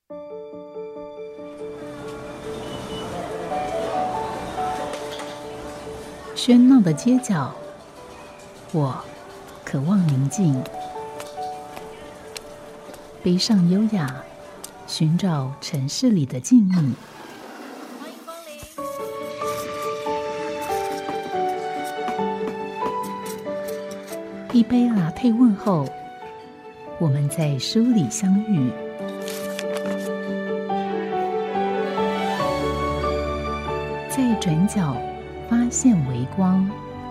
喧闹的街角，我渴望宁静。背上优雅，寻找城市里的静谧。 欢迎光临。 一杯拿铁问候，我们在书里相遇。在转角发现微光。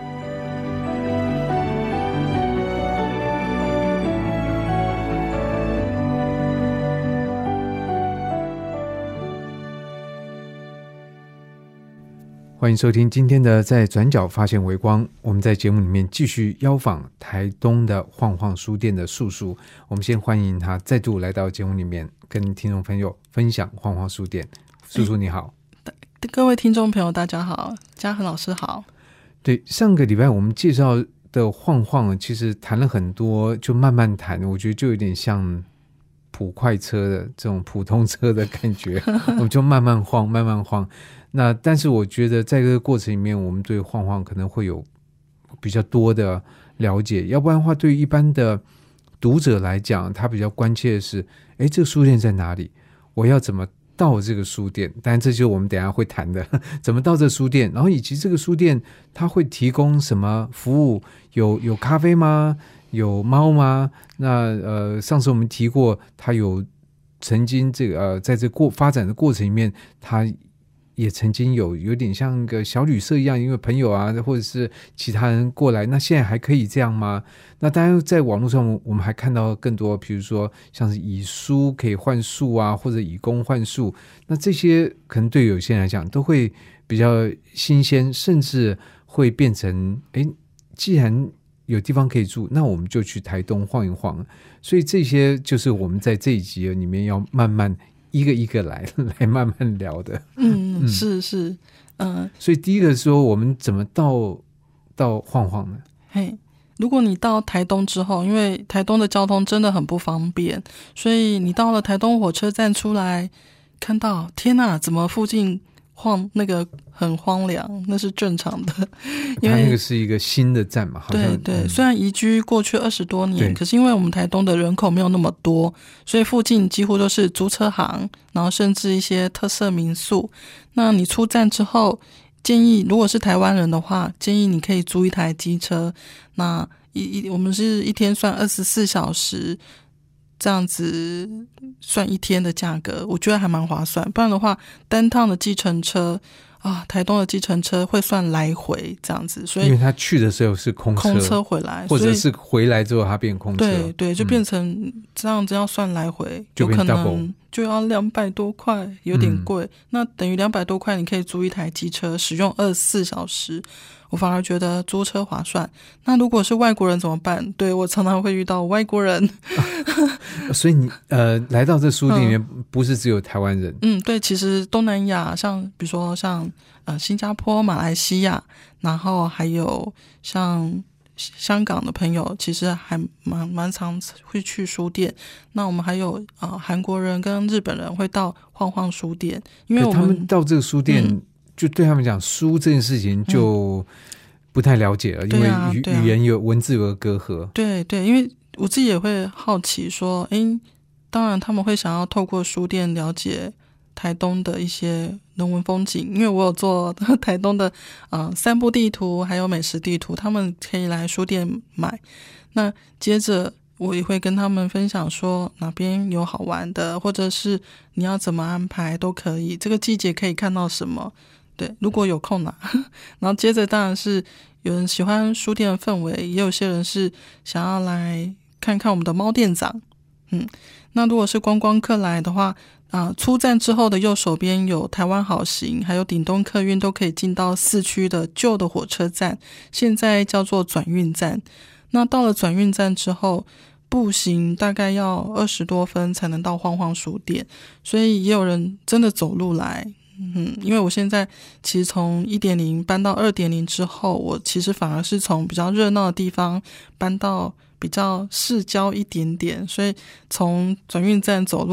欢迎收听今天的在转角发现微光。我们在节目里面继续邀访台东的晃晃书店的素素，我们先欢迎他再度来到节目里面跟听众朋友分享晃晃书店。素素你好。 各位听众朋友大家好，嘉恒老师好。 对，上个礼拜我们介绍的晃晃其实谈了很多，就慢慢谈，我觉得就有点像普快车的这种普通车的感觉我们就慢慢晃慢慢晃。那但是我觉得在这个过程里面，我们对晃晃可能会有比较多的了解，要不然的话对于一般的读者来讲，他比较关切的是这个书店在哪里，我要怎么到这个书店，当然这就是我们等一下会谈的怎么到这个书店，然后以及这个书店它会提供什么服务，有咖啡吗，有猫吗？那上次我们提过它有曾经这个在这发展的过程里面，它也曾经有点像个小旅社一样，因为朋友啊或者是其他人过来，那现在还可以这样吗？那当然在网络上我们还看到更多，比如说像是以书可以换树啊，或者以工换树，那这些可能对有些人来讲都会比较新鲜，甚至会变成既然有地方可以住，那我们就去台东晃一晃。所以这些就是我们在这一集里面要慢慢一个一个来慢慢聊的。 是所以第一个说我们怎么到晃晃呢？ 如果你到台东之后，因为台东的交通真的很不方便，所以你到了台东火车站出来，看到天哪，怎么附近那个很荒凉，那是正常的，因为它那个是一个新的站嘛，好像对，虽然移居过去20多年，可是因为我们台东的人口没有那么多，所以附近几乎都是租车行，然后甚至一些特色民宿。那你出站之后，建议如果是台湾人的话，建议你可以租一台机车，那我们是一天算24小时，这样子算一天的价格，我觉得还蛮划算。不然的话，单趟的计程车台东的计程车会算来回这样子，所以因为他去的时候是空车回来， 或者是回来之后他变空车， 对，就变成这样子要算来回， 就变 double， 有可能就要200多块，有点贵。那等于200多块你可以租一台机车使用24小时，我反而觉得租车划算。那如果是外国人怎么办？对，我常常会遇到外国人所以你来到这书店里面不是只有台湾人？ 对，其实东南亚比如说像新加坡、马来西亚，然后还有像香港的朋友，其实还蛮常会去书店。那我们还有韩国人跟日本人会到晃晃书店，因为他们到这个书店，就对他们讲书这件事情就不太了解了，因为语言有文字有个隔阂。对， 因为我自己也会好奇说，当然他们会想要透过书店了解台东的一些人文风景，因为我有做台东的散步地图还有美食地图，他们可以来书店买。那接着我也会跟他们分享说哪边有好玩的，或者是你要怎么安排都可以，这个季节可以看到什么，对，如果有空拿然后接着当然是有人喜欢书店的氛围，也有些人是想要来看看我们的猫店长。那如果是观光客来的话，出站之后的右手边有台湾好行还有顶东客运，都可以进到市区的旧的火车站，现在叫做转运站。那到了转运站之后，步行大概要20多分才能到晃晃书店，所以也有人真的走路来。因为我现在其实从 1.0 搬到 2.0 之后，我其实反而是从比较热闹的地方搬到比较市郊一点点，所以从转运站走路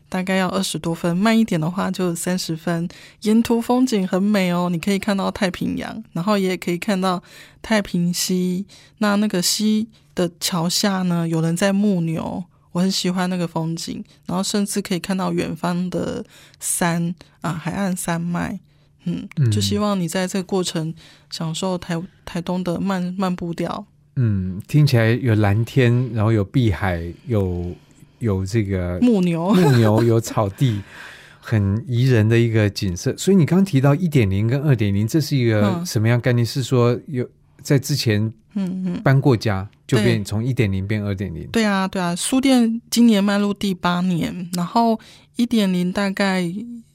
大概要20多分，慢一点的话就30分。沿途风景很美哦，你可以看到太平洋，然后也可以看到太平溪。那个溪的桥下呢，有人在牧牛，我很喜欢那个风景。然后甚至可以看到远方的山啊，海岸山脉。就希望你在这个过程享受台东的慢步调。 听起来有蓝天，然后有碧海，有这个牧牛有草地，很宜人的一个景色。所以你刚刚提到 1.0 跟 2.0， 这是一个什么样概念？是说有在之前搬过家，就变从 1.0 变 2.0？ 对啊书店今年迈入第8年，然后 1.0 大概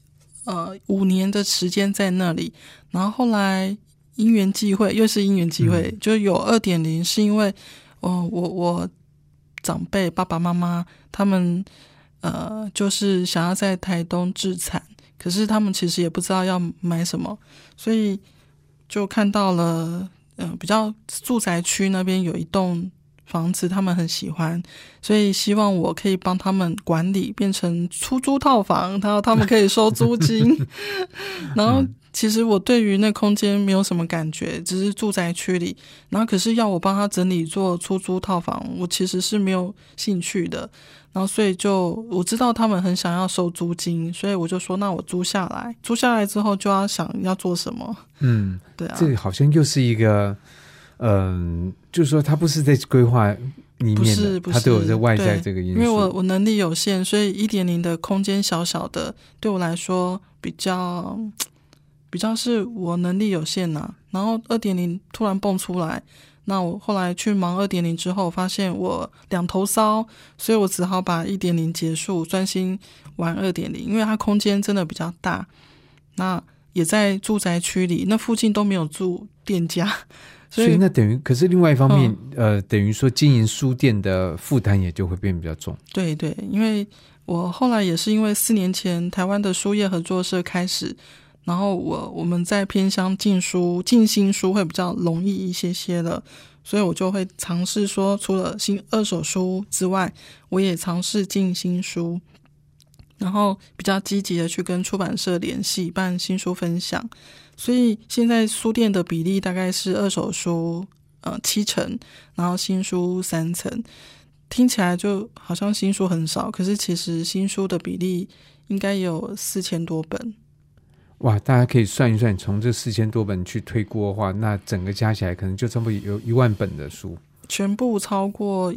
5年的时间在那里，然后后来因缘际会，又是因缘际会，就有 2.0 是因为我长辈爸爸妈妈他们就是想要在台东置产，可是他们其实也不知道要买什么，所以就看到了比较住宅区那边有一栋房子，他们很喜欢，所以希望我可以帮他们管理，变成出租套房，然后他们可以收租金。然后其实我对于那空间没有什么感觉，只是住宅区里，然后可是要我帮他整理做出租套房，我其实是没有兴趣的。然后所以我知道他们很想要收租金，所以我就说那我租下来之后就要想要做什么。对啊， 这个好像又是一个就是说他不是在规划里面的， 不是他都有在外在这个因素。 因为我能力有限，所以 1.0 的空间小小的，对我来说比较是我能力有限啊。然后 2.0 突然蹦出来，那我后来去忙 2.0 之后发现我两头烧，所以我只好把 1.0 结束，专心玩 2.0， 因为它空间真的比较大，那也在住宅区里，那附近都没有住店家， 所以那等于，可是另外一方面等于说经营书店的负担也就会变比较重。 对，因为我后来也是因为4年前台湾的书业合作社开始，然后我们在偏乡进新书会比较容易一些了，所以我就会尝试说，除了二手书之外，我也尝试进新书，然后比较积极的去跟出版社联系，办新书分享。所以现在书店的比例大概是二手书7成，然后新书3成。听起来就好像新书很少，可是其实新书的比例应该有4000多本。 哇，大家可以算一算，从这4000多本去推估的话，那整个加起来可能就差不多有1万本的书， 全部超过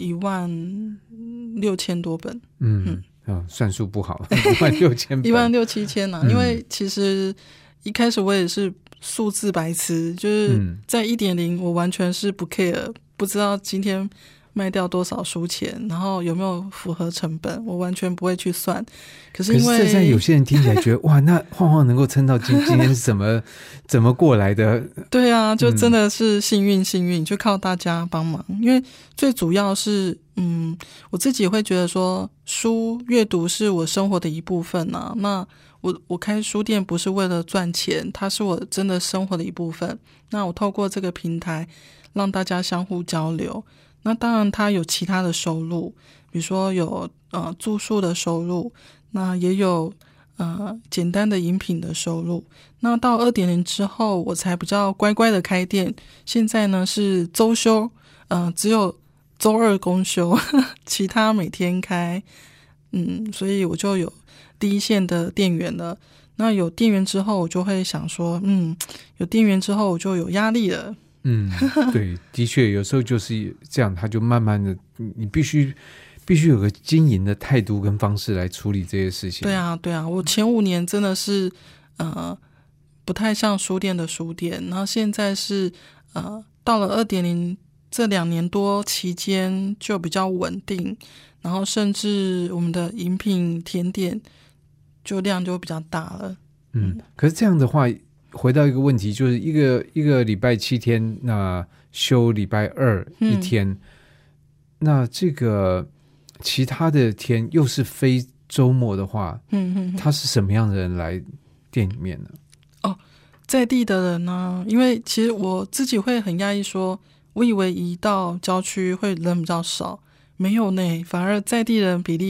16000多本。 算数不好16000本 16000-7000啊。因为其实一开始我也是数字白痴，就是在 1.0 我完全是不 care， 不知道今天卖掉多少书钱，然后有没有符合成本，我完全不会去算。可是因为在有些人听起来觉得哇，那晃晃能够撑到今天是怎么过来的？对啊，就真的是幸运，就靠大家帮忙。因为最主要是我自己会觉得说，书阅读是我生活的一部分啊。那我开书店不是为了赚钱，它是我真的生活的一部分。那我透过这个平台让大家相互交流。那当然它有其他的收入，比如说有住宿的收入，那也有简单的饮品的收入。那到 2.0 之后我才比较乖乖的开店，现在呢是周休，只有周2公休，其他每天开。所以我就有第一线的店员了。那有店员之后我就会想说有店员之后我就有压力了。 对，的确有时候就是这样，他就慢慢的你必须有个经营的态度跟方式来处理这些事情。 对啊，我前5年真的是不太像书店的书店，然后现在是到了 2.0 这2年多期间就比较稳定，然后甚至我们的饮品甜点就量就比较大了。 可是这样的话回到一个问题，就是一个礼拜7天，那休礼拜21天，那这个其他的天又是非周末的话，他是什么样的人来店里面呢？ 在地的人呢，因为其实我自己会很讶异说，我以为移到郊区会人比较少，没有呢，反而在地人比例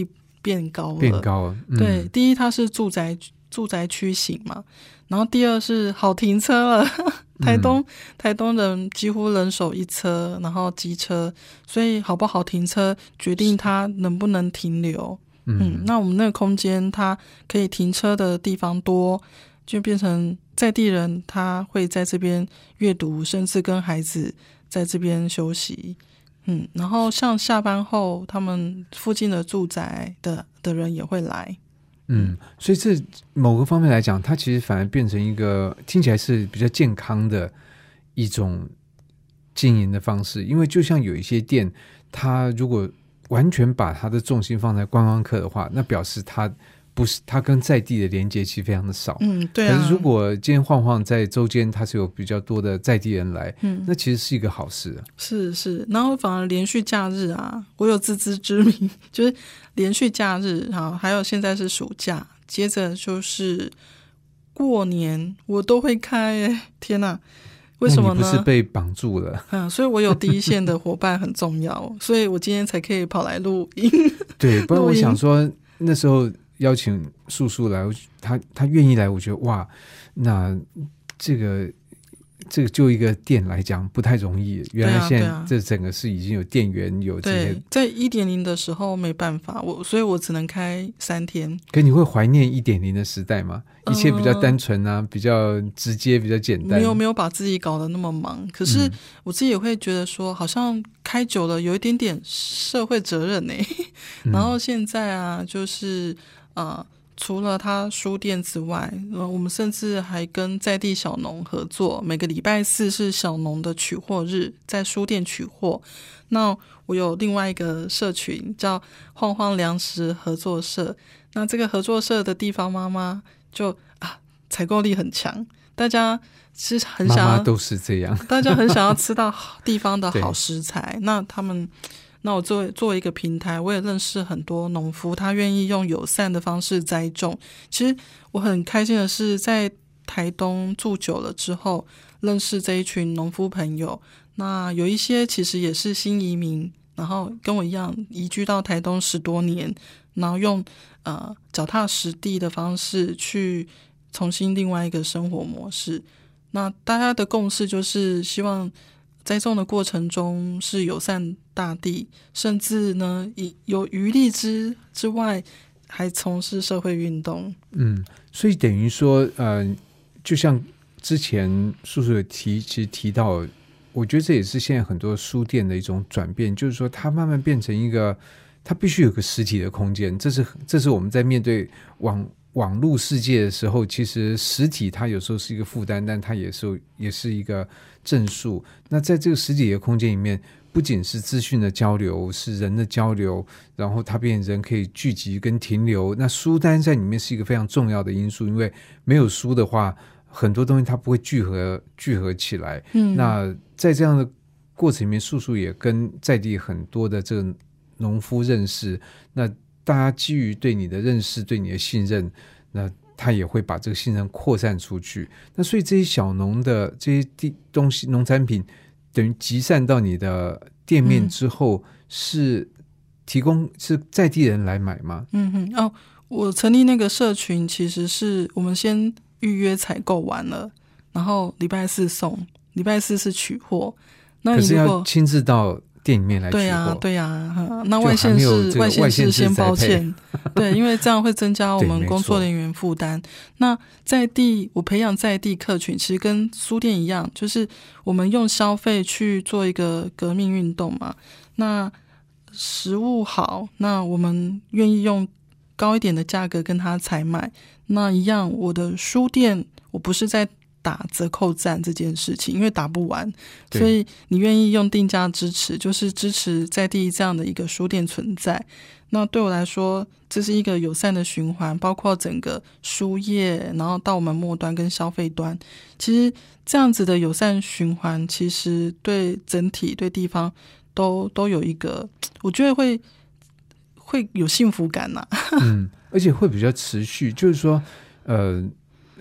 变高了， 变高了。 对，第一它是住宅区型嘛，然后第二是好停车了。台东人几乎人手一车，然后机车，所以好不好停车决定它能不能停留。那我们那个空间它可以停车的地方多，就变成在地人他会在这边阅读，甚至跟孩子在这边休息。然后像下班后他们附近的住宅的人也会来。 所以这某个方面来讲，它其实反而变成一个听起来是比较健康的一种经营的方式。因为就像有一些店，它如果完全把它的重心放在观光客的话，那表示它不是，它跟在地的连接其实非常的少。 对啊。 可是如果今天晃晃在周间，它是有比较多的在地人来，那其实是一个好事。 是，然后反而连续假日啊，我有自知之明，就是连续假日还有现在是暑假，接着就是过年，我都会开。天哪！为什么呢？ 你不是被绑住了？ 所以我有第一线的伙伴很重要，所以我今天才可以跑来录音。 对，不然我想说那时候邀请叔叔来，他愿意来，我觉得哇，那这个就一个店来讲不太容易。原来现在这整个是已经有店员有这些。 对，在 1.0 的时候没办法，所以我只能开3天。 可你会怀念 1.0 的时代吗？一切比较单纯啊，比较直接，比较简单。 没有把自己搞得那么忙，可是我自己也会觉得说，好像开久了有一点点社会责任然后现在啊，就是除了他书店之外，我们甚至还跟在地小农合作，每个礼拜4是小农的取货日，在书店取货。那我有另外一个社群叫晃晃粮食合作社，那这个合作社的地方妈妈就采购力很强，大家是很想要， 妈妈都是这样， 大家很想要吃到地方的好食材。那我作为一个平台，我也认识很多农夫，他愿意用友善的方式栽种。其实我很开心的是，在台东住久了之后，认识这一群农夫朋友。那有一些其实也是新移民，然后跟我一样移居到台东10多年，然后用脚踏实地的方式去重新另外一个生活模式。那大家的共识就是希望栽种的过程中是友善大地，甚至呢有余力之外还从事社会运动。 所以等于说就像之前叔叔有其实提到，我觉得这也是现在很多书店的一种转变，就是说它慢慢变成一个，它必须有个实体的空间。这是我们在面对网络世界的时候，其实实体它有时候是一个负担，但它也是一个正数。那在这个实体的空间里面，不仅是资讯的交流，是人的交流，然后它变成人可以聚集跟停留。那书单在里面是一个非常重要的因素，因为没有书的话，很多东西它不会聚合起来。那在这样的过程里面，叔叔也跟在地很多的这个农夫认识，那大家基于对你的认识，对你的信任，那他也会把这个信任扩散出去。那所以这些小农的这些东西农产品等于集散到你的店面之后，是提供是在地人来买吗？ 我成立那个社群其实是我们先预约采购完了，然后礼拜4送，礼拜4是取货。那可是要亲自到店里面来取货。 对啊，那外县市先抱歉。对，因为这样会增加我们工作人员负担。那在地我培养在地客群，其实跟书店一样，就是我们用消费去做一个革命运动嘛。那食物好，那我们愿意用高一点的价格跟他采买。那一样，我的书店我不是在打折扣战这件事情，因为打不完，所以你愿意用定价支持，就是支持在地这样的一个书店存在。那对我来说，这是一个友善的循环，包括整个书业，然后到我们末端跟消费端。其实这样子的友善循环，其实对整体对地方都有一个，我觉得会有幸福感啊。 而且会比较持续，就是说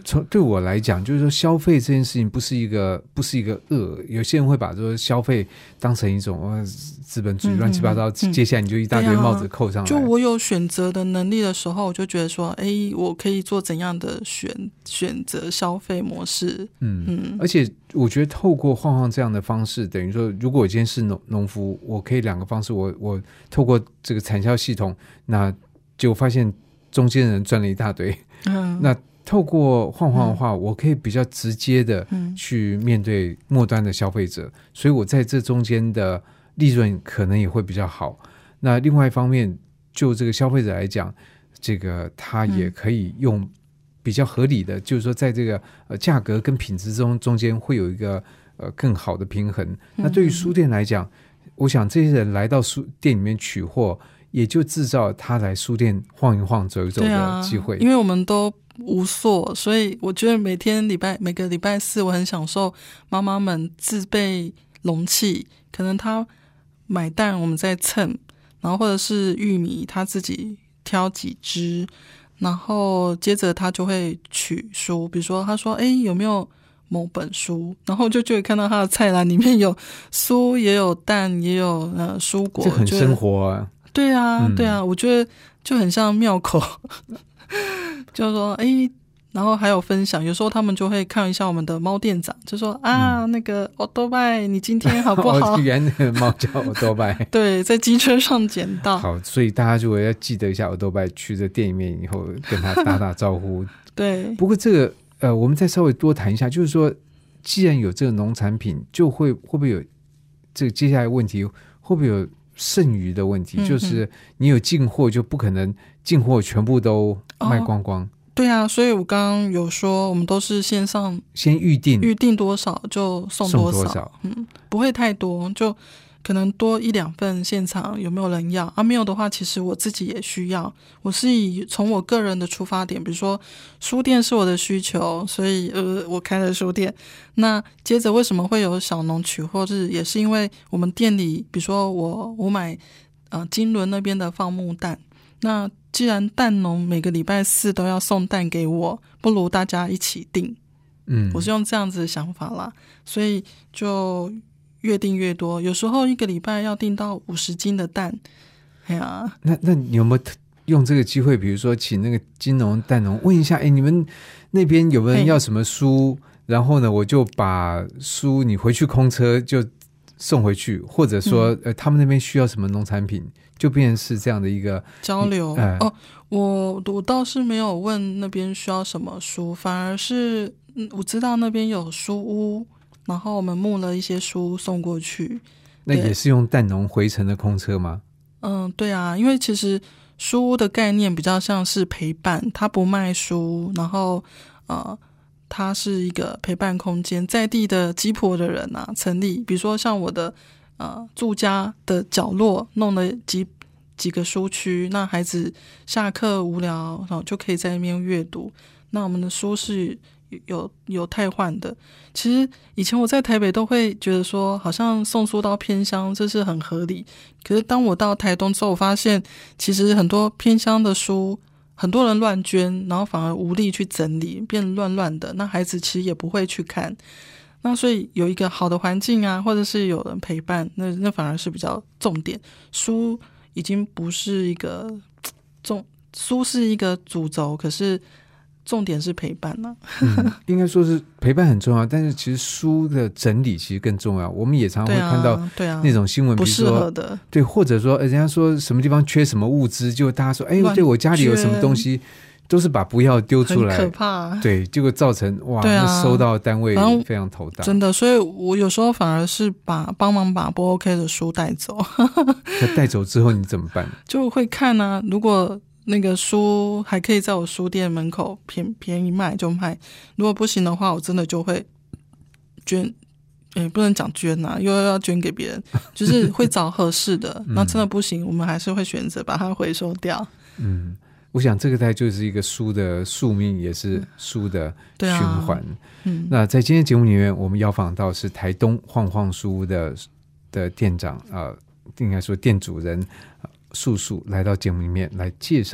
对我来讲，就是说消费这件事情不是一个恶，有些人会把说消费当成一种资本主义乱七八糟，接下来你就一大堆帽子扣上来。 就我有选择的能力的时候，我就觉得说，我可以做怎样的选择消费模式。 而且我觉得透过晃晃这样的方式，等于说，如果我今天是农夫，我可以2个方式，我透过这个产销系统，那结果发现中间人赚了一大堆。那透过晃晃的话，我可以比较直接的去面对末端的消费者，所以我在这中间的利润可能也会比较好。那另外一方面，就这个消费者来讲，这个他也可以用比较合理的，就是说在这个价格跟品质中间会有一个更好的平衡。那对于书店来讲，我想这些人来到书店里面取货，也就制造他来书店晃一晃走一走的机会。 因为我们都无所，所以我觉得每个礼拜四我很享受妈妈们自备容器，可能她买蛋我们在称，然后或者是玉米她自己挑几只，然后接着她就会取书，比如说她说有没有某本书，然后就会看到她的菜篮里面有酥也有蛋也有蔬果， 这很生活啊。 对啊对啊，我觉得就很像庙口就说然后还有分享，有时候他们就会看一下我们的猫店长，就说那个欧多拜你今天好不好？ 原来那个猫叫欧多拜对，在机车上捡到。 好，所以大家如果要记得一下欧多拜，去这店里面以后跟他打招呼对， 不过这个我们再稍微多谈一下，就是说既然有这个农产品，就会不会有这个接下来问题，会不会有剩余的问题，就是你有进货就不可能进货全部都卖光光。 对啊，所以我刚刚有说我们都是线上先预定多少就送多少，不会太多，就可能多1-2份，现场有没有人要没有的话其实我自己也需要。我是从我个人的出发点，比如说书店是我的需求，所以我开了书店。那接着为什么会有小农取货日，也是因为我们店里比如说我买金轮那边的放牧蛋，那既然蛋农每个礼拜四都要送蛋给我，不如大家一起订。我是用这样子的想法啦，所以就越订越多，有时候1个礼拜要订到50斤的蛋。 那你有没有用这个机会，比如说请那个金农蛋农问一下，你们那边有没有人要什么书，然后呢我就把书你回去空车就送回去，或者说他们那边需要什么农产品，就变成是这样的一个交流。我倒是没有问那边需要什么书，反而是我知道那边有书屋，然后我们募了一些书送过去。 那也是用蛋农回程的空车吗？ 对啊，因为其实书屋的概念比较像是陪伴，它不卖书，然后它是一个陪伴空间，在地的鸡婆的人成立，比如说像我的住家的角落弄了几个书区，那孩子下课无聊然后就可以在那边阅读。那我们的书是有汰换的。其实以前我在台北都会觉得说好像送书到偏乡这是很合理，可是当我到台东之后，我发现其实很多偏乡的书很多人乱捐，然后反而无力去整理，变乱乱的，那孩子其实也不会去看。那所以有一个好的环境或者是有人陪伴，那反而是比较重点。书已经不是一个书是一个主轴，可是重点是陪伴应该说是陪伴很重要，但是其实书的整理其实更重要。我们也常常会看到那种新闻， 不适合的， 对，或者说人家说什么地方缺什么物资，就大家说对我家里有什么东西，都是把不要丢出来， 很可怕。 对，结果造成那收到单位非常头大， 真的。所以我有时候反而是帮忙把不 OK 的书带走。 那带走之后你怎么办？ 就会看如果那个书还可以在我书店门口便宜卖就卖，如果不行的话我真的就会捐，不能讲捐又要捐给别人，就是会找合适的那真的不行我们还是会选择把它回收掉。 我想这个大概就是一个书的宿命，也是书的循环。那在今天节目里面，我们邀访到是台东晃晃书屋的店长应该说店主人素素来到节目里面来介绍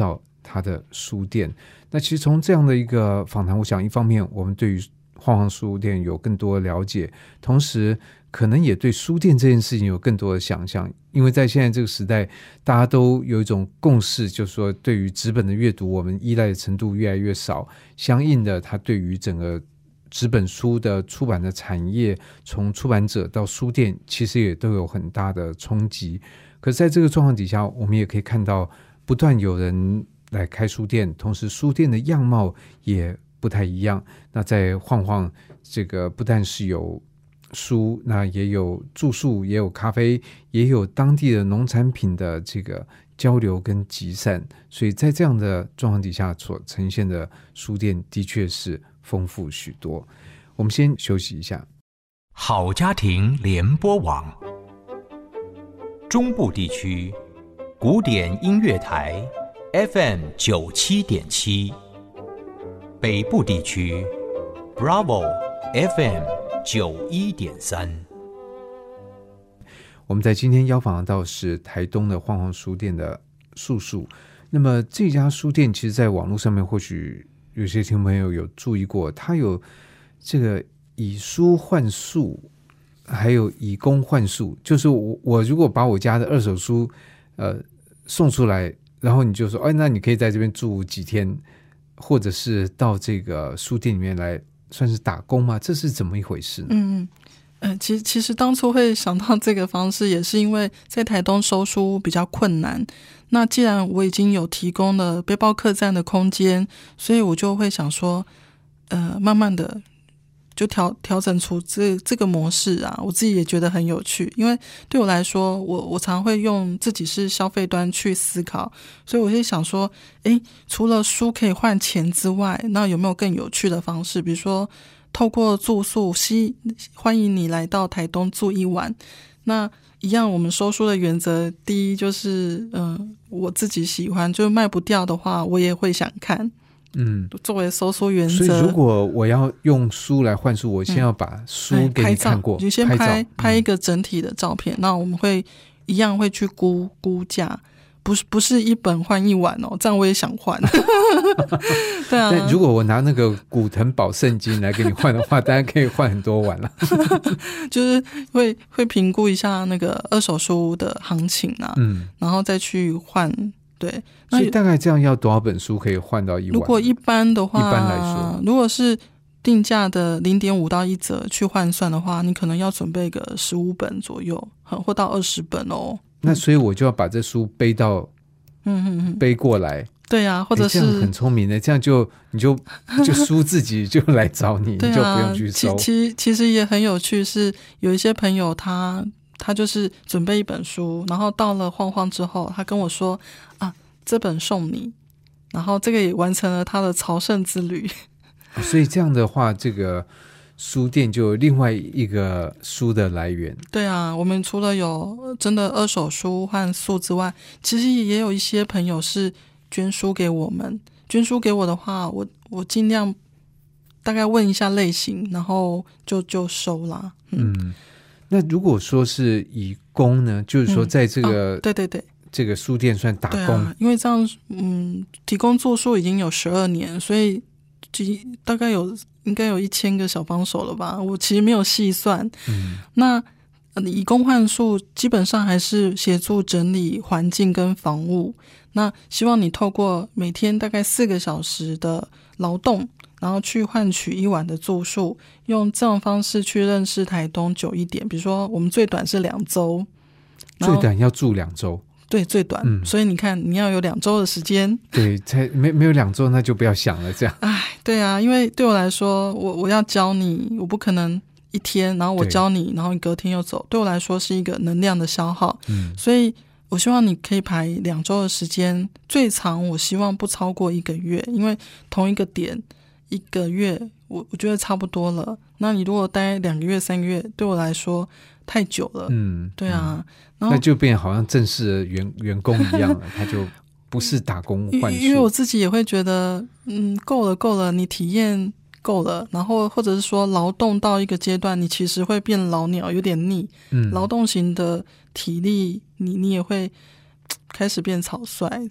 他的书店。那其实从这样的一个访谈，我想一方面我们对于晃晃书店有更多了解，同时可能也对书店这件事情有更多的想象，因为在现在这个时代，大家都有一种共识，就是说对于纸本的阅读我们依赖的程度越来越少，相应的它对于整个纸本书的出版的产业，从出版者到书店其实也都有很大的冲击。可是在这个状况底下，我们也可以看到不断有人来开书店，同时书店的样貌也不太一样。那在晃晃这个不但是有书，那也有住宿，也有咖啡，也有当地的农产品的这个交流跟集散，所以在这样的状况底下所呈现的书店的确是丰富许多。我们先休息一下。 好家庭联播网，中部地区古典音乐台 FM97.7， 北部地区 Bravo FM91.3。 我们在今天邀访到是台东的晃晃书店的素素。那么这家书店其实在网络上面或许有些听众朋友有注意过，它有这个以书换书，还有以工换书，就是我如果把我家的二手书送出来，然后你就说那你可以在这边住几天，或者是到这个书店里面来算是打工吗？这是怎么一回事呢？ 其实当初会想到这个方式，也是因为在台东收书比较困难。那既然我已经有提供了背包客栈的空间，所以我就会想说，慢慢的就调整出这个模式啊，我自己也觉得很有趣。因为对我来说，我常会用自己是消费端去思考，所以我就想说，除了书可以换钱之外，那有没有更有趣的方式？比如说透过住宿欢迎你来到台东住一晚。那一样我们收书的原则，第一就是我自己喜欢，就卖不掉的话我也会想看，作为收书原则。 所以如果我要用书来换书，我先要把书给你看过， 你先拍一个整体的照片，那我们会一样会去估价，不是一本换一碗哦，这样我也想换。对啊， 但如果我拿那个古腾堡圣经来给你换的话，当然可以换很多碗了。 就是会评估一下那个二手书的行情啊，然后再去换。对， 所以大概这样要多少本书可以换到一碗？ 如果一般的话， 一般来说， 如果是定价的 0.5 到1折去换算的话，你可能要准备个15本左右，或到20本哦。 那所以我就要把这书背到，背过来。 对啊，或者是这样很聪明的，这样你就书自己就来找你， 对啊， 你就不用去收。 其实也很有趣，是有一些朋友他就是准备一本书，然后到了晃晃之后，他跟我说这本送你，然后这个也完成了他的朝圣之旅。 所以这样的话，这个书店就有另外一个书的来源。 对啊，我们除了有真的二手书和书之外，其实也有一些朋友是捐书给我们。捐书给我的话，我尽量大概问一下类型，然后就收啦。 那如果说是以工呢，就是说在这个对这个书店算打工， 对啊，因为这样提供住宿已经有12年，所以大概应该有1000个小帮手了吧，我其实没有细算。那以工换宿基本上还是协助整理环境跟房屋，那希望你透过每天大概4个小时的劳动，然后去换取一晚的住宿，用这种方式去认识台东久一点。比如说我们最短是2周， 最短要住2周。 对，最短。所以你看你要有2周的时间。 对，才没有2周那就不要想了这样。 对啊，因为对我来说，我要教你，我不可能1天然后我教你，然后你隔天又走，对我来说是一个能量的消耗。所以我希望你可以排2周的时间，最长我希望不超过1个月，因为同一个点1个月我觉得差不多了。那你如果待2个月3个月，对我来说太久了。对啊，然后那就变好像正式的员工一样了，他就不是打工换宿。 因为我自己也会觉得够了，你体验够了，然后或者是说劳动到一个阶段，你其实会变老鸟，有点腻。劳动型的体力你也会开始变草率，这样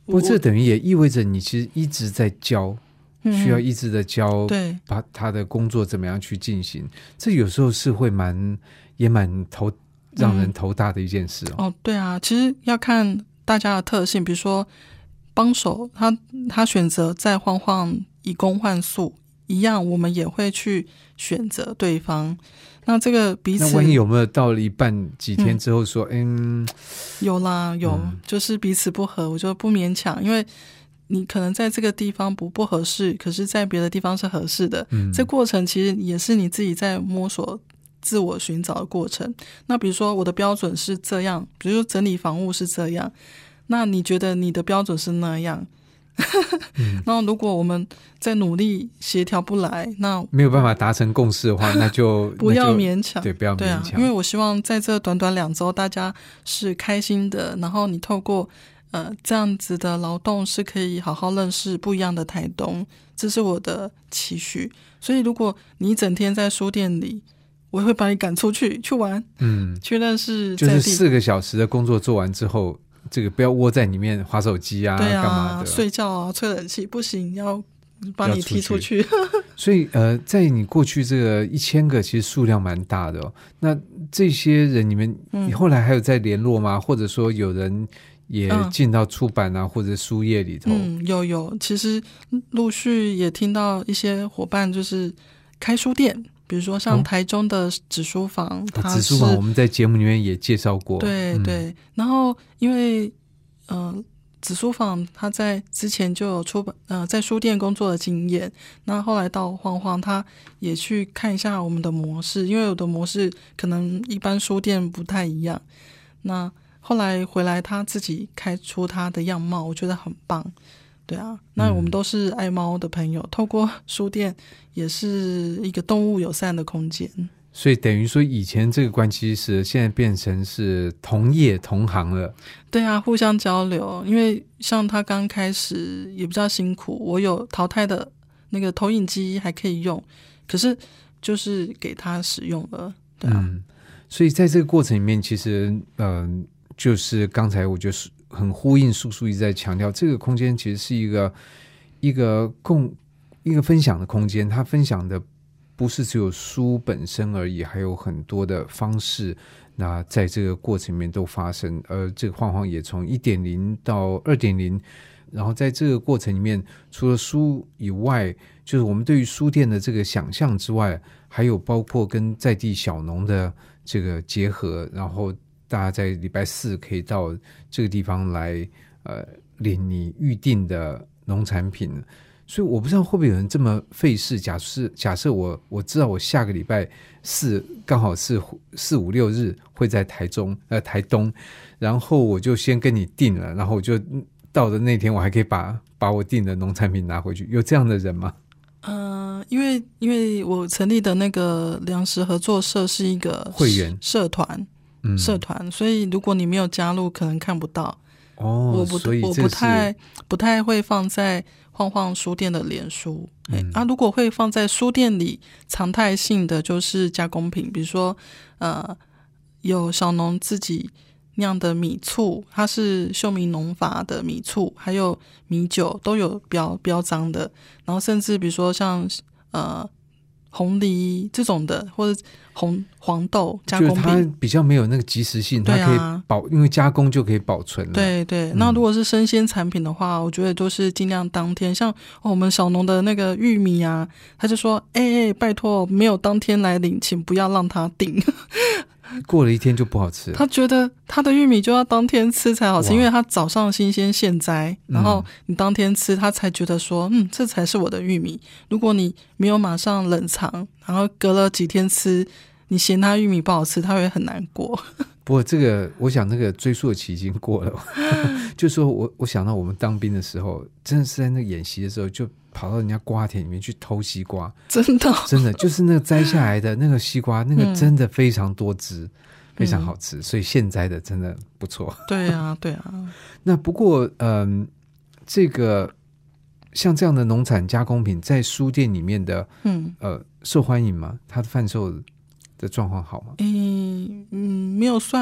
不过这等于也意味着你其实一直在教，需要一直的教， 对， 把他的工作怎么样去进行，这有时候是会也蛮让人头大的一件事哦。 对啊，其实要看大家的特性，比如说帮手他选择在晃晃以工换宿一样，我们也会去选择对方。那这个彼此， 那万一有没有到了一半几天之后说有啦，有，就是彼此不合，我就不勉强，因为你可能在这个地方不合适，可是在别的地方是合适的，这过程其实也是你自己在摸索自我寻找的过程。那比如说我的标准是这样，比如说整理房屋是这样，那你觉得你的标准是那样那如果我们在努力协调不来，那没有办法达成共识的话，那就不要勉强， 对，不要勉强， 因为我希望在这短短2周大家是开心的，然后你透过这样子的劳动是可以好好认识不一样的台东，这是我的期许。所以如果你一整天在书店里，我会把你赶出去玩，去认识在地， 就是4个小时的工作做完之后，这个不要窝在里面滑手机啊， 对啊， 干嘛的， 睡觉啊，吹冷气不行，要把你踢出去。 所以在你过去这个1000个，其实数量蛮大的哦。那这些人，你后来还有在联络吗？或者说有人也进到出版啊，或者书业里头？ 有，其实陆续也听到一些伙伴就是开书店。比如说像台中的纸书房， 纸书房我们在节目里面也介绍过， 对对。然后因为纸书房他在之前就有在书店工作的经验，那后来到晃晃他也去看一下我们的模式，因为有的模式可能一般书店不太一样，那后来回来他自己开出他的样貌，我觉得很棒。对啊，那我们都是爱猫的朋友，透过书店也是一个动物友善的空间。 所以等于说以前这个关系是现在变成是同业同行了。 对啊，互相交流，因为像他刚开始也比较辛苦，我有淘汰的那个投影机还可以用，可是就是给他使用了。对啊， 所以在这个过程里面其实就是刚才我觉得很呼应叔叔一直在强调，这个空间其实是一个分享的空间，它分享的不是只有书本身而已，还有很多的方式，那在这个过程里面都发生。而这个晃晃也从 1.0 到 2.0， 然后在这个过程里面，除了书以外，就是我们对于书店的这个想象之外，还有包括跟在地小农的这个结合，然后大家在礼拜4可以到这个地方来领你预定的农产品。所以我不知道会不会有人这么费事，假设我知道我下个礼拜4刚好是4、5、6日会在台东，然后我就先跟你订了，然后我就到的那天我还可以把我订的农产品拿回去，有这样的人吗？ 因为我成立的那个粮食合作社是一个会员社团，所以如果你没有加入可能看不到。我不太会放在晃晃书店的脸书，如果会放在书店里常态性的就是加工品，比如说有小农自己酿的米醋，它是秀明农法的米醋，还有米酒都有标章的，然后甚至比如说像红梨这种的，或者黄豆加工品， 就是它比较没有那个即时性，它可以因为加工就可以保存了。 对对，那如果是生鲜产品的话，我觉得都是尽量当天。像我们小农的那个玉米啊，他就说：“拜托，没有当天来领，请不要让他订。” 过了1天就不好吃了。 他觉得他的玉米就要当天吃才好吃，因为他早上新鲜现摘，然后你当天吃，他才觉得说，这才是我的玉米。如果你没有马上冷藏，然后隔了几天吃，你嫌他玉米不好吃，他会很难过。 不过这个我想那个追溯期已经过了就说我想到我们当兵的时候，真的是在那个演习的时候就跑到人家瓜田里面去偷西瓜， 真的就是那个摘下来的那个西瓜，那个真的非常多汁，非常好吃，所以现摘的真的不错。 对啊那不过这个像这样的农产加工品在书店里面的受欢迎吗？它的贩售的状况好吗？ 没有算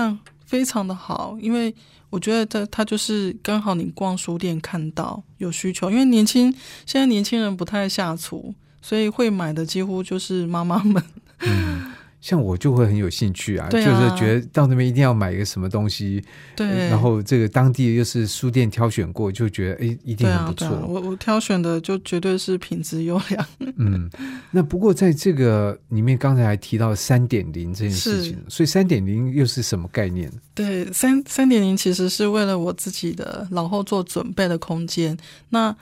非常的好，因为我觉得它就是刚好你逛书店看到有需求，因为现在年轻人不太下厨，所以会买的几乎就是妈妈们。 像我就会很有兴趣啊， 对就是觉得到那边一定要买一个什么东西， 对， 然后这个当地又是书店挑选过，就觉得一定很不错。 我挑选的就绝对是品质优良。 那不过在这个里面，刚才还提到 3.0 这件事情，所以 3.0 又是什么概念？ 对，3.0 其实是为了我自己的老后做准备的空间。那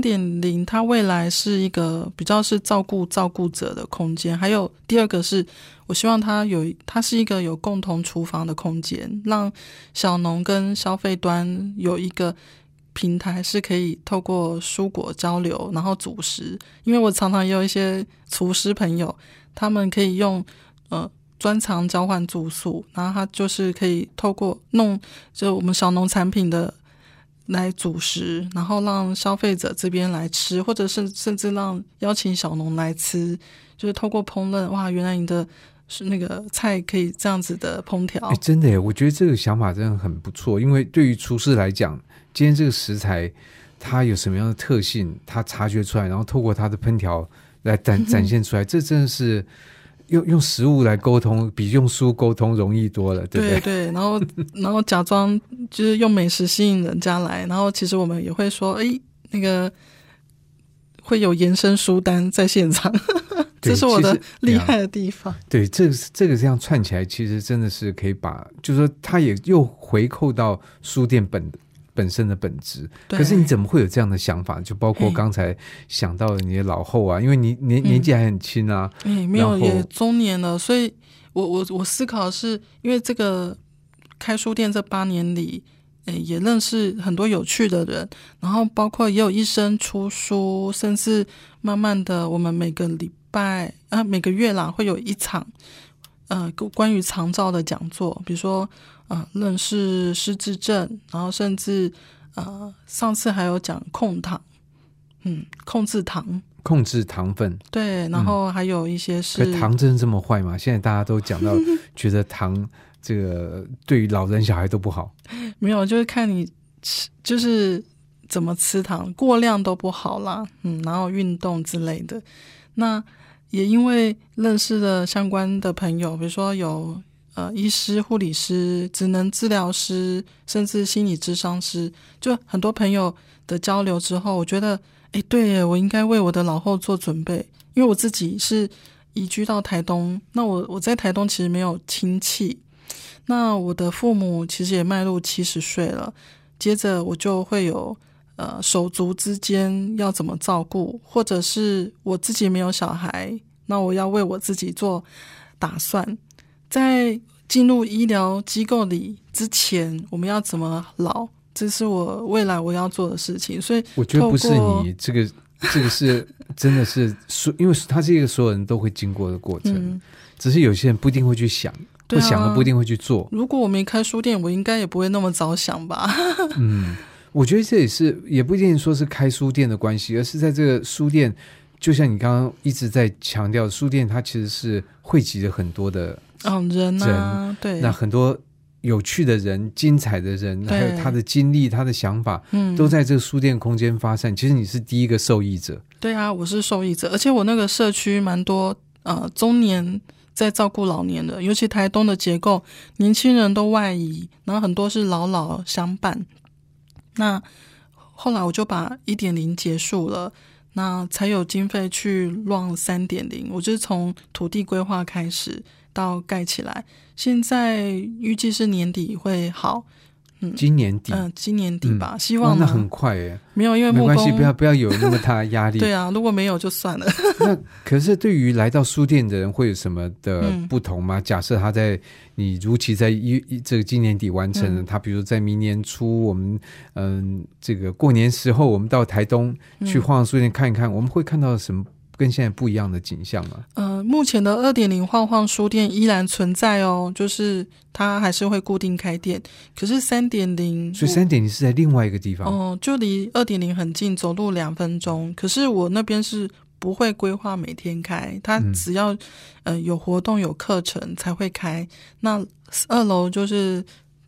3.0 它未来是一个比较是照顾者的空间，还有第二个是我希望它是一个有共同厨房的空间，让小农跟消费端有一个平台是可以透过蔬果交流，然后主食。因为我常常也有一些厨师朋友，他们可以用专长交换住宿，然后他就是可以透过就我们小农产品的来主食，然后让消费者这边来吃，或者甚至邀请小农来吃，就是透过烹饪，哇，原来你的那个菜可以这样子的烹调。 真的耶，我觉得这个想法真的很不错，因为对于厨师来讲，今天这个食材它有什么样的特性，他察觉出来，然后透过它的烹调来展现出来，这真的是用食物来沟通，比用书沟通容易多了，对不对？ 对，然后假装就是用美食吸引人家来，然后其实我们也会说，那个会有延伸书单在现场，这是我的厉害的地方。 对，这个这样串起来，其实真的是可以把，就是说它也又回扣到书店本身的本质。可是你怎么会有这样的想法？就包括刚才想到了你的老后啊，因为你年纪还很轻啊， 没有，也中年了，所以我思考的是，因为这个开书店这8年里，也认识很多有趣的人，然后包括也有医生出书，甚至慢慢的我们每个礼拜每个月啦会有一场关于长照的讲座，比如说认识失智症，然后甚至上次还有讲控制糖分，对，然后还有一些是， 可糖真的这么坏吗？现在大家都讲到觉得糖这个对于老人小孩都不好。 没有，就是看你吃，就是怎么吃糖，过量都不好啦。然后运动之类的。那也因为认识了相关的朋友，比如说有医师、护理师、职能治疗师，甚至心理咨商师，就很多朋友的交流之后，我觉得对耶，我应该为我的老后做准备。因为我自己是移居到台东，那我在台东其实没有亲戚，那我的父母其实也迈入70岁了，接着我就会有手足之间要怎么照顾，或者是我自己没有小孩，那我要为我自己做打算，在进入医疗机构里之前，我们要怎么老，这是我未来我要做的事情。所以我觉得不是你这个是真的是因为它是一个所有人都会经过的过程，只是有些人不一定会去想，会想的不一定会去做。 如果我没开书店，我应该也不会那么早想吧。 我觉得这也不一定说是开书店的关系，而是在这个书店，就像你刚刚一直在强调，书店它其实是汇集了很多的人啊，对， 那很多有趣的人、精彩的人，还有他的经历、他的想法，都在这个书店空间发散。其实你是第一个受益者。对啊，我是受益者，而且我那个社区蛮多中年在照顾老年的，尤其台东的结构，年轻人都外移，然后很多是老相伴。那后来我就把 1.0 结束了，那才有经费去 run 3.0。我就是从土地规划开始到盖起来，现在预计是年底会好。 今年底今年底吧，希望那很快耶。 没有，因为木工没关系，不要有那么大的压力。 对啊，如果没有就算了。 那可是对于来到书店的人会有什么的不同吗？假设他你如期在这个今年底完成了，他比如在明年初我们这个过年时候我们到台东去晃书店看一看，我们会看到什么跟现在不一样的景象吗？ 目前的 2.0 晃书店依然存在哦，就是它还是会固定开店。可是 3.0， 所以 3.0 是在另外一个地方就离 2.0 很近，走路2分钟。可是我那边是不会规划每天开，它只要有活动有课程才会开。那2楼就是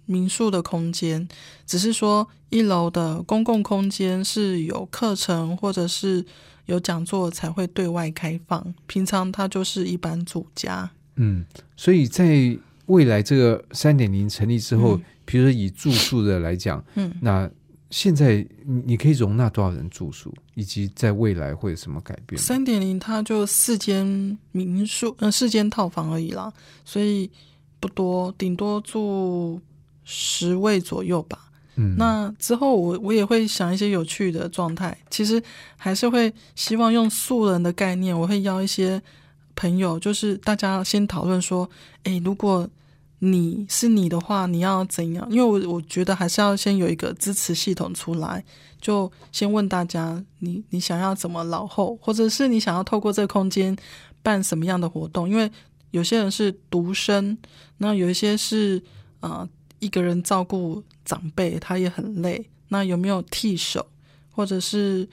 民宿的空间，只是说1楼的公共空间是有课程或者是有讲座才会对外开放，平常它就是一般住家。 所以在未来这个 3.0 成立之后，比如说以住宿的来讲，那现在你可以容纳多少人住宿，以及在未来会有什么改变？ 3.0 它就4间民宿4间套房而已啦，所以不多，顶多住10位左右吧。那之后我也会想一些有趣的状态，其实还是会希望用素人的概念，我会邀一些朋友，就是大家先讨论说，如果你是你的话，你要怎样？因为我觉得还是要先有一个支持系统出来，就先问大家，你想要怎么老后，或者是你想要透过这个空间办什么样的活动？因为有些人是独生，那有一些是一个人照顾长辈，他也很累，那有没有替手，或者是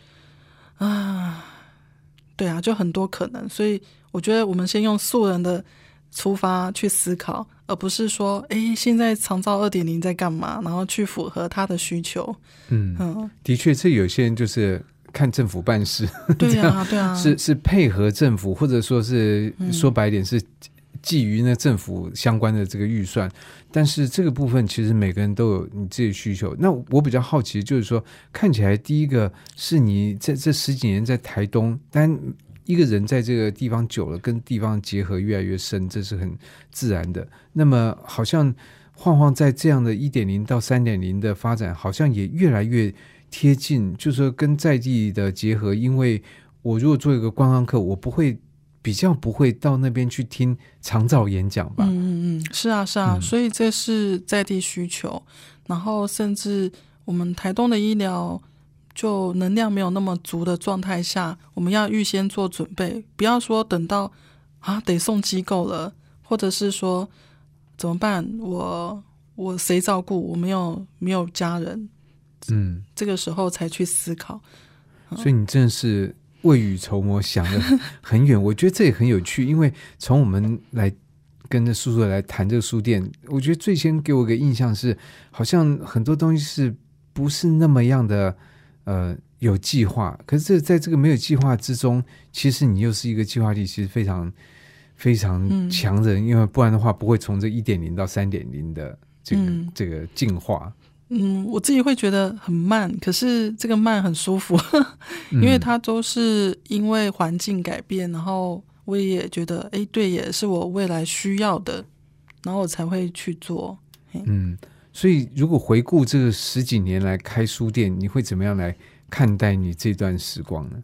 对啊，就很多可能。所以我觉得我们先用素人的出发去思考，而不是说现在长照 2.0 在干嘛，然后去符合他的需求。 的确，这有些人就是看政府办事， 对啊对啊， 是配合政府，或者说是说白一点是基于那政府相关的这个预算，但是这个部分其实每个人都有你自己的需求。那我比较好奇就是说，看起来第一个是你在这10几年在台东，但一个人在这个地方久了，跟地方结合越来越深，这是很自然的。那么好像晃晃在这样的 1.0 到 3.0 的发展，好像也越来越贴近，就是说跟在地的结合。因为我如果做一个观光客，我比较不会到那边去听长照演讲吧。 是啊，所以这是在地需求。然后甚至我们台东的医疗就能量没有那么足的状态下，我们要预先做准备，不要说等到得送机构了，或者是说怎么办，我谁照顾，我没有家人，这个时候才去思考。 所以你真的是未雨绸缪，想得很远。我觉得这也很有趣，因为从我们来跟着叔叔来谈这个书店，我觉得最先给我一个印象是，好像很多东西是不是那么样的有计划，可是在这个没有计划之中，其实你又是一个计划力其实非常非常强的人，因为不然的话不会从这 1.0 到 3.0 的这个进化。 我自己会觉得很慢，可是这个慢很舒服因为它都是因为环境改变，然后我也觉得对，也是我未来需要的，然后我才会去做。 所以如果回顾这个10几年来开书店，你会怎么样来看待你这段时光呢？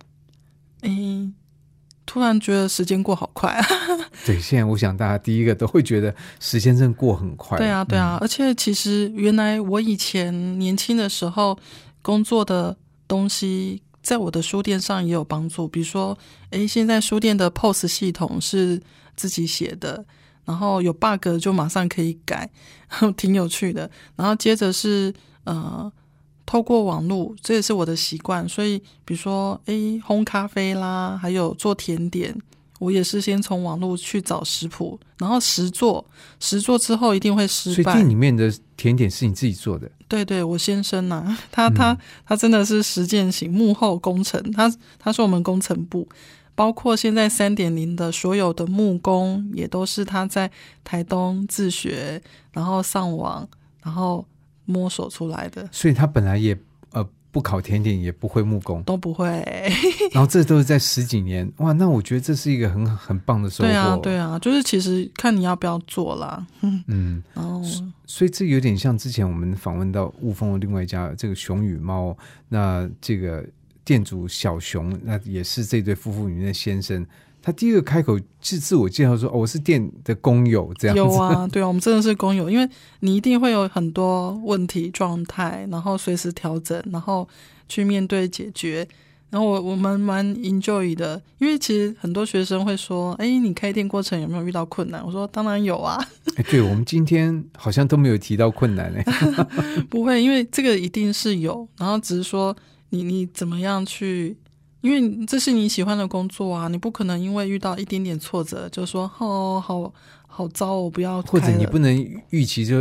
突然觉得时间过好快啊对，现在我想大家第一个都会觉得时间真的过很快。 对啊，而且其实原来我以前年轻的时候工作的东西在我的书店上也有帮助，比如说现在书店的 POS 系统是自己写的，然后有 bug 就马上可以改挺有趣的。然后接着是透过网络，这也是我的习惯，所以比如说烘咖啡啦，还有做甜点，我也是先从网络去找食谱，然后实做之后一定会失败。 所以店里面的甜点是你自己做的？ 对，我先生啊，他真的是实践型幕后工程，他是我们工程部，包括现在 3.0 的所有的木工也都是他在台东自学，然后上网，然后摸索出来的。 所以他本来也不烤甜点，也不会木工， 都不会然后这都是在10几年。哇，那我觉得这是一个很棒的收获。 对啊，就是其实看你要不要做啦。然后所以这有点像之前我们访问到雾峰的另外一家这个熊与猫，那这个店主小熊，那也是这对夫妇里面的先生，他第一个开口自我介绍说我是店的工友，这样子。 有啊，对啊，我们真的是工友，因为你一定会有很多问题状态，然后随时调整，然后去面对解决。然后我们蛮 enjoy 的，因为其实很多学生会说你开店过程有没有遇到困难？我说当然有啊对，我们今天好像都没有提到困难不会，因为这个一定是有，然后只是说你怎么样去，因为这是你喜欢的工作啊，你不可能因为遇到一点点挫折就说好糟，我不要开了， 或者你不能预期就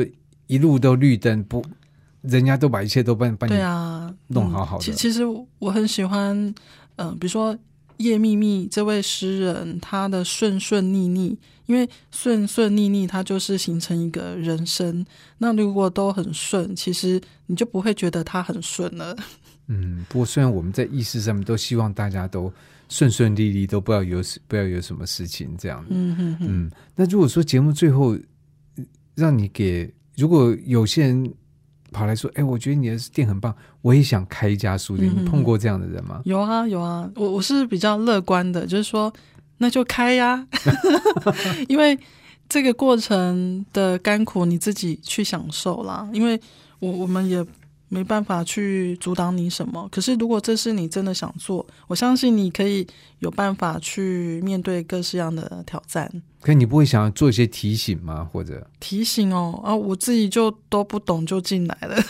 一路都绿灯，不，人家都把一切都帮你对啊， 弄好好的。 其实我很喜欢，比如说叶秘密这位诗人，他的顺顺逆逆，因为顺顺逆逆，它就是形成一个人生。那如果都很顺，其实你就不会觉得它很顺了。 不过虽然我们在意识上面都希望大家都顺顺利利，都不要有什么事情这样。那如果说节目最后让你如果有些人跑来说，我觉得你的店很棒，我也想开一家书店，你碰过这样的人吗？ 有啊有啊，我是比较乐观的，就是说那就开呀因为这个过程的甘苦你自己去享受啦，因为我们也没办法去阻挡你什么，可是如果这是你真的想做，我相信你可以有办法去面对各式样的挑战。 可你不会想要做一些提醒吗？或者提醒我自己就都不懂就进来了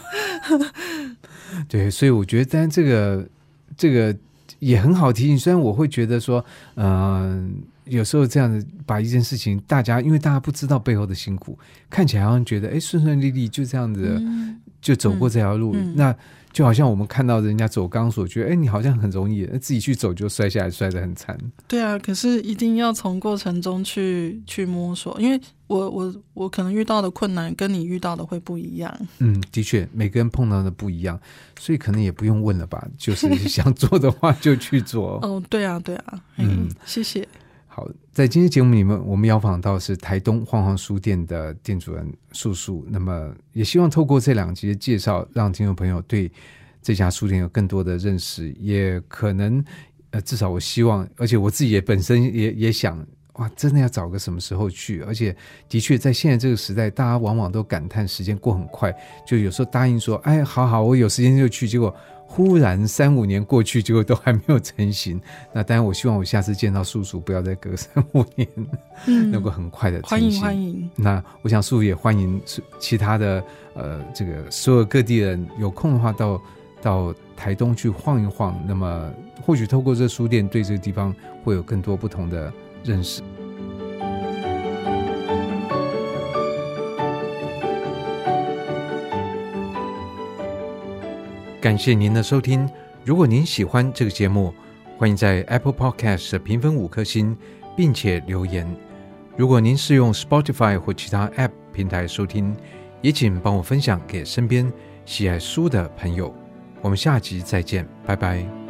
对，所以我觉得但这个也很好提醒，虽然我会觉得说有时候这样的把一件事情因为大家不知道背后的辛苦，看起来好像觉得顺顺利利就这样子就走过这条路，那就好像我们看到人家走钢索，觉得你好像很容易，自己去走就摔下来，摔得很惨。 对啊，可是一定要从过程中去摸索，因为我可能遇到的困难跟你遇到的会不一样。 的确每个人碰到的不一样，所以可能也不用问了吧，就是想做的话就去做对啊谢谢。 好，在今天节目里面我们邀访到是台东晃晃书店的店主人素素，那么也希望透过这2集的介绍，让听众朋友对这家书店有更多的认识，也可能至少我希望，而且我自己也本身也想，哇，真的要找个什么时候去，而且的确在现在这个时代，大家往往都感叹时间过很快，就有时候答应说好我有时间就去，结果忽然3-5年过去，结果都还没有成型。那当然我希望我下次见到素素不要再隔3-5年能够很快的成型。 欢迎那我想素素也欢迎其他的这个所有各地人有空的话到台东去晃一晃，那么或许透过这书店对这个地方会有更多不同的认识。感谢您的收听，如果您喜欢这个节目，欢迎在 Apple Podcast 评分5颗星并且留言。如果您是用 Spotify 或其他 App 平台收听，也请帮我分享给身边喜爱书的朋友。我们下集再见，拜拜。